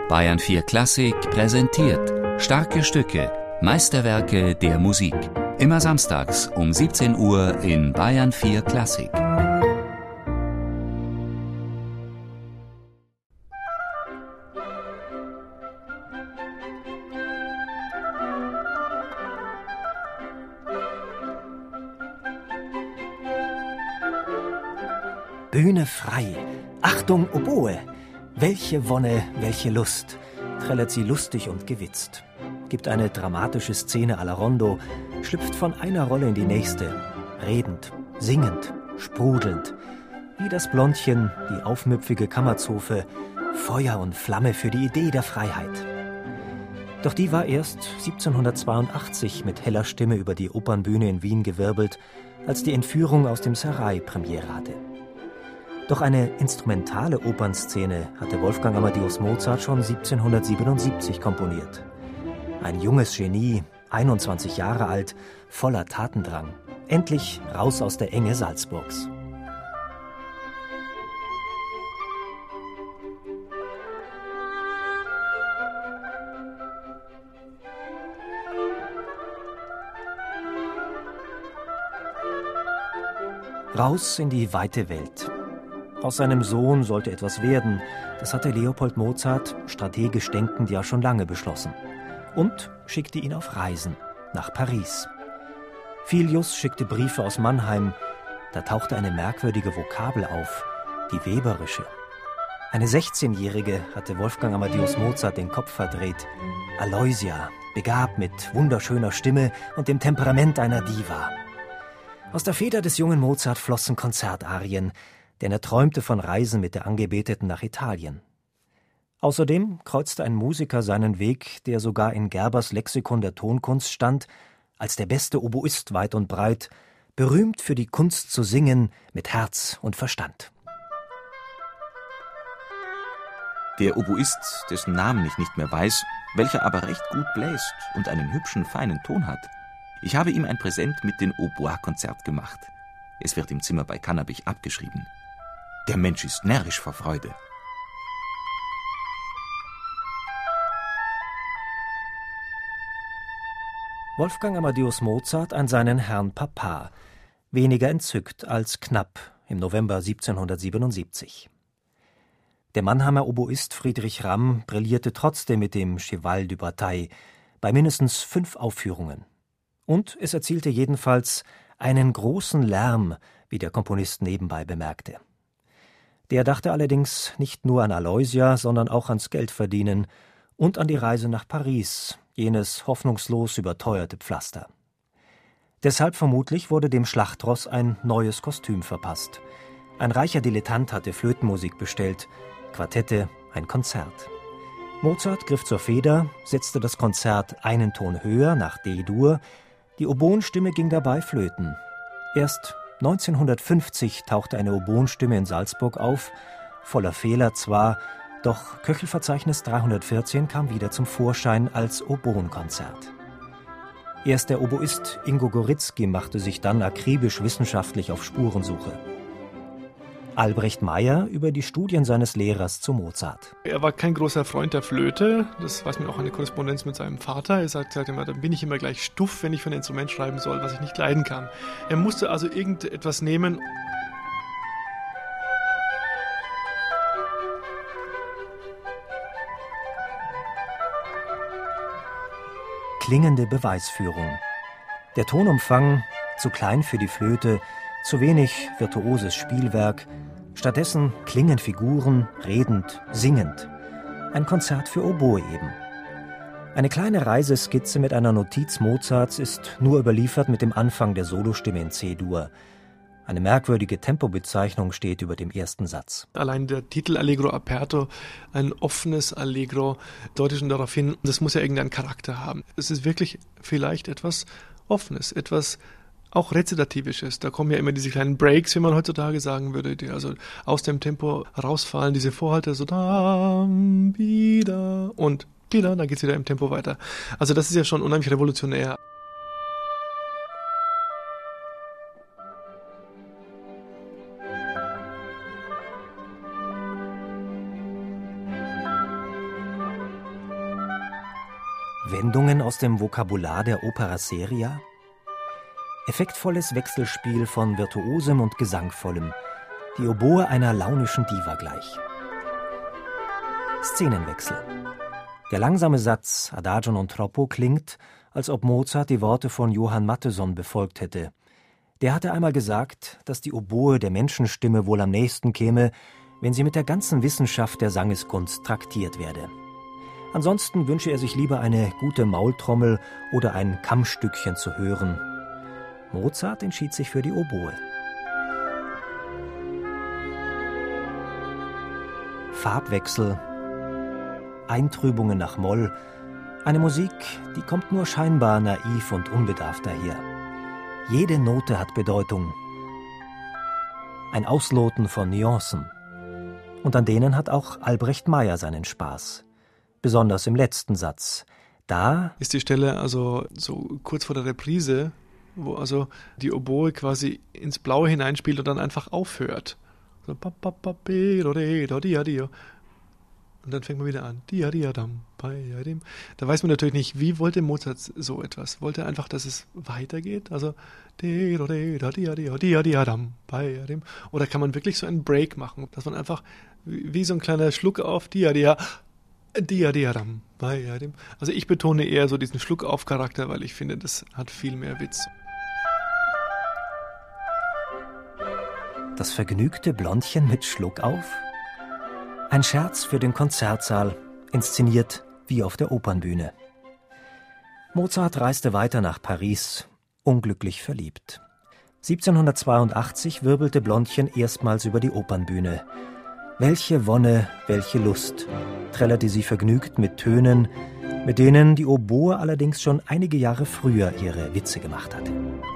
Bayern 4 Klassik präsentiert starke Stücke, Meisterwerke der Musik. Immer samstags um 17 Uhr in Bayern 4 Klassik. Bühne frei. Achtung, Oboe! Welche Wonne, welche Lust! Trällert sie lustig und gewitzt. Gibt eine dramatische Szene à la Rondo, schlüpft von einer Rolle in die nächste. Redend, singend, sprudelnd. Wie das Blondchen, die aufmüpfige Kammerzofe, Feuer und Flamme für die Idee der Freiheit. Doch die war erst 1782 mit heller Stimme über die Opernbühne in Wien gewirbelt, als die Entführung aus dem Serail Premiere hatte. Doch eine instrumentale Opernszene hatte Wolfgang Amadeus Mozart schon 1777 komponiert. Ein junges Genie, 21 Jahre alt, voller Tatendrang. Endlich raus aus der Enge Salzburgs. Raus in die weite Welt. Aus seinem Sohn sollte etwas werden. Das hatte Leopold Mozart, strategisch denkend, ja schon lange beschlossen. Und schickte ihn auf Reisen nach Paris. Filius schickte Briefe aus Mannheim. Da tauchte eine merkwürdige Vokabel auf, die weberische. Eine 16-Jährige hatte Wolfgang Amadeus Mozart den Kopf verdreht. Aloysia, begabt mit wunderschöner Stimme und dem Temperament einer Diva. Aus der Feder des jungen Mozart flossen Konzertarien, denn er träumte von Reisen mit der Angebeteten nach Italien. Außerdem kreuzte ein Musiker seinen Weg, der sogar in Gerbers Lexikon der Tonkunst stand, als der beste Oboist weit und breit, berühmt für die Kunst zu singen mit Herz und Verstand. Der Oboist, dessen Namen ich nicht mehr weiß, welcher aber recht gut bläst und einen hübschen, feinen Ton hat. Ich habe ihm ein Präsent mit dem Hautbois-Konzert gemacht. Es wird im Zimmer bei Cannabich abgeschrieben. Der Mensch ist närrisch vor Freude. Wolfgang Amadeus Mozart an seinen Herrn Papa, weniger entzückt als knapp im November 1777. Der Mannheimer Oboist Friedrich Ramm brillierte trotzdem mit dem Cheval de Bataille bei mindestens 5 Aufführungen. Und es erzielte jedenfalls einen großen Lärm, wie der Komponist nebenbei bemerkte. Der dachte allerdings nicht nur an Aloysia, sondern auch ans Geldverdienen und an die Reise nach Paris, jenes hoffnungslos überteuerte Pflaster. Deshalb vermutlich wurde dem Schlachtross ein neues Kostüm verpasst. Ein reicher Dilettant hatte Flötenmusik bestellt, Quartette, ein Konzert. Mozart griff zur Feder, setzte das Konzert einen Ton höher nach D-Dur, die Oboenstimme ging dabei flöten. Erst 1950 tauchte eine Oboenstimme in Salzburg auf, voller Fehler zwar, doch Köchelverzeichnis 314 kam wieder zum Vorschein als Oboenkonzert. Erst der Oboist Ingo Goritzky machte sich dann akribisch wissenschaftlich auf Spurensuche. Albrecht Meyer über die Studien seines Lehrers zu Mozart. Er war kein großer Freund der Flöte, das weiß man auch in der Korrespondenz mit seinem Vater. Er sagt immer, dann bin ich immer gleich stuff, wenn ich für ein Instrument schreiben soll, was ich nicht leiden kann. Er musste also irgendetwas nehmen. Klingende Beweisführung. Der Tonumfang zu klein für die Flöte, zu wenig virtuoses Spielwerk, stattdessen klingen Figuren, redend, singend. Ein Konzert für Oboe eben. Eine kleine Reiseskizze mit einer Notiz Mozarts ist nur überliefert mit dem Anfang der Solostimme in C-Dur. Eine merkwürdige Tempobezeichnung steht über dem ersten Satz. Allein der Titel Allegro aperto, ein offenes Allegro, deutet schon darauf hin, das muss ja irgendeinen Charakter haben. Es ist wirklich vielleicht etwas Offenes, etwas auch Rezitativisches. Da kommen ja immer diese kleinen Breaks, wie man heutzutage sagen würde, die also aus dem Tempo rausfallen, diese Vorhalte so da, wieder und wieder, dann geht's wieder im Tempo weiter. Also das ist ja schon unheimlich revolutionär. Wendungen aus dem Vokabular der Opera seria? Effektvolles Wechselspiel von Virtuosem und Gesangvollem, die Oboe einer launischen Diva gleich. Szenenwechsel. Der langsame Satz Adagio non troppo klingt, als ob Mozart die Worte von Johann Mattheson befolgt hätte. Der hatte einmal gesagt, dass die Oboe der Menschenstimme wohl am nächsten käme, wenn sie mit der ganzen Wissenschaft der Sangeskunst traktiert werde. Ansonsten wünsche er sich lieber eine gute Maultrommel oder ein Kammstückchen zu hören. Mozart entschied sich für die Oboe. Farbwechsel, Eintrübungen nach Moll, eine Musik, die kommt nur scheinbar naiv und unbedarft daher. Jede Note hat Bedeutung. Ein Ausloten von Nuancen. Und an denen hat auch Albrecht Meyer seinen Spaß. Besonders im letzten Satz. Da ist die Stelle also so kurz vor der Reprise, wo also die Oboe quasi ins Blaue hineinspielt und dann einfach aufhört. So, und dann fängt man wieder an. Da weiß man natürlich nicht, wie wollte Mozart so etwas? Wollte er einfach, dass es weitergeht? Also oder kann man wirklich so einen Break machen, dass man einfach wie so ein kleiner Schluck auf also ich betone eher so diesen Schluck-auf-Charakter, weil ich finde, das hat viel mehr Witz. das vergnügte Blondchen mit Schluckauf? Ein Scherz für den Konzertsaal, inszeniert wie auf der Opernbühne. Mozart reiste weiter nach Paris, unglücklich verliebt. 1782 wirbelte Blondchen erstmals über die Opernbühne. Welche Wonne, welche Lust, trällerte sie vergnügt mit Tönen, mit denen die Oboe allerdings schon einige Jahre früher ihre Witze gemacht hatte.